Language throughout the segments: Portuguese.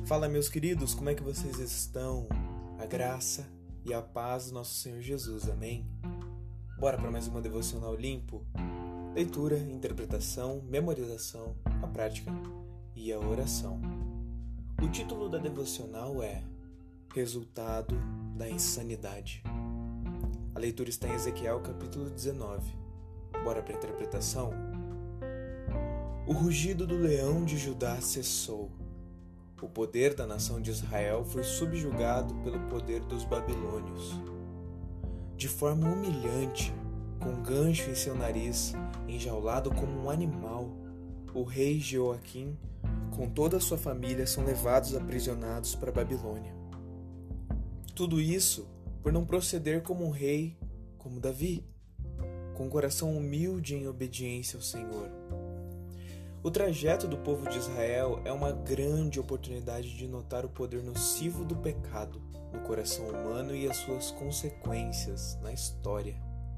Fala, meus queridos, como é que vocês estão? A graça e a paz do nosso Senhor Jesus, amém? Bora para mais uma devocional limpo? Leitura, interpretação, memorização, a prática e a oração. O título da devocional é Resultado da Insanidade. A leitura está em Ezequiel capítulo 19. Bora para a interpretação? O rugido do leão de Judá cessou. O poder da nação de Israel foi subjugado pelo poder dos babilônios. De forma humilhante, com gancho em seu nariz, enjaulado como um animal, o rei Jeoaquim, com toda a sua família, são levados aprisionados para a Babilônia. Tudo isso por não proceder como um rei, como Davi, com um coração humilde em obediência ao Senhor. O trajeto do povo de Israel é uma grande oportunidade de notar o poder nocivo do pecado no coração humano e as suas consequências na história.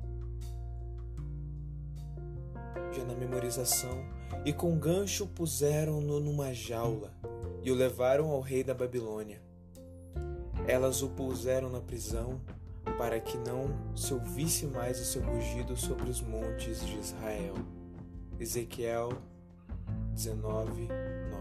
Já na memorização, e com gancho puseram-no numa jaula e o levaram ao rei da Babilônia. Elas o puseram na prisão para que não se ouvisse mais o seu rugido sobre os montes de Israel. Ezequiel 19:9.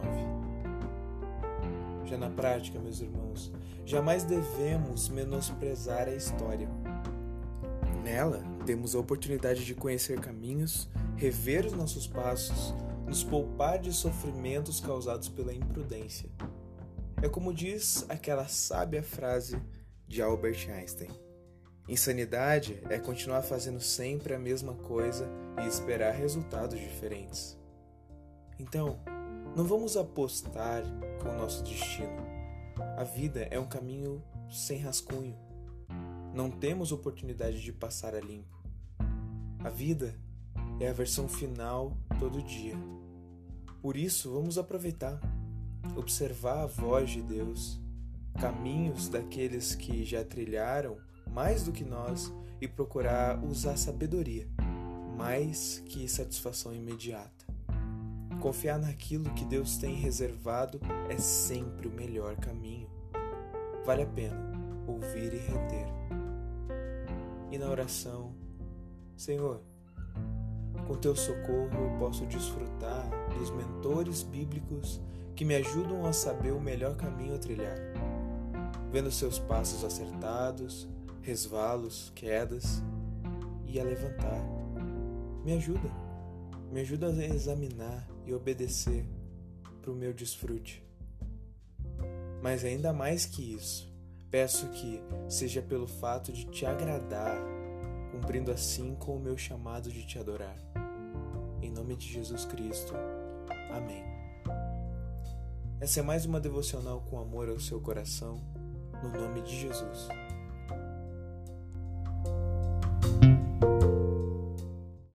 Já na prática, meus irmãos, jamais devemos menosprezar a história. Nela, temos a oportunidade de conhecer caminhos, rever os nossos passos, nos poupar de sofrimentos causados pela imprudência. É como diz aquela sábia frase de Albert Einstein: insanidade é continuar fazendo sempre a mesma coisa e esperar resultados diferentes. Então, não vamos apostar com o nosso destino. A vida é um caminho sem rascunho. Não temos oportunidade de passar a limpo. A vida é a versão final todo dia. Por isso, vamos aproveitar, observar a voz de Deus, caminhos daqueles que já trilharam mais do que nós e procurar usar sabedoria, mais que satisfação imediata. Confiar naquilo que Deus tem reservado é sempre o melhor caminho. Vale a pena ouvir e reter. E na oração, Senhor, com Teu socorro eu posso desfrutar dos mentores bíblicos que me ajudam a saber o melhor caminho a trilhar, vendo seus passos acertados, resvalos, quedas e a levantar. Me ajuda a examinar e obedecer para o meu desfrute. Mas ainda mais que isso, peço que seja pelo fato de Te agradar, cumprindo assim com o meu chamado de Te adorar. Em nome de Jesus Cristo. Amém. Essa é mais uma devocional com amor ao seu coração, no nome de Jesus.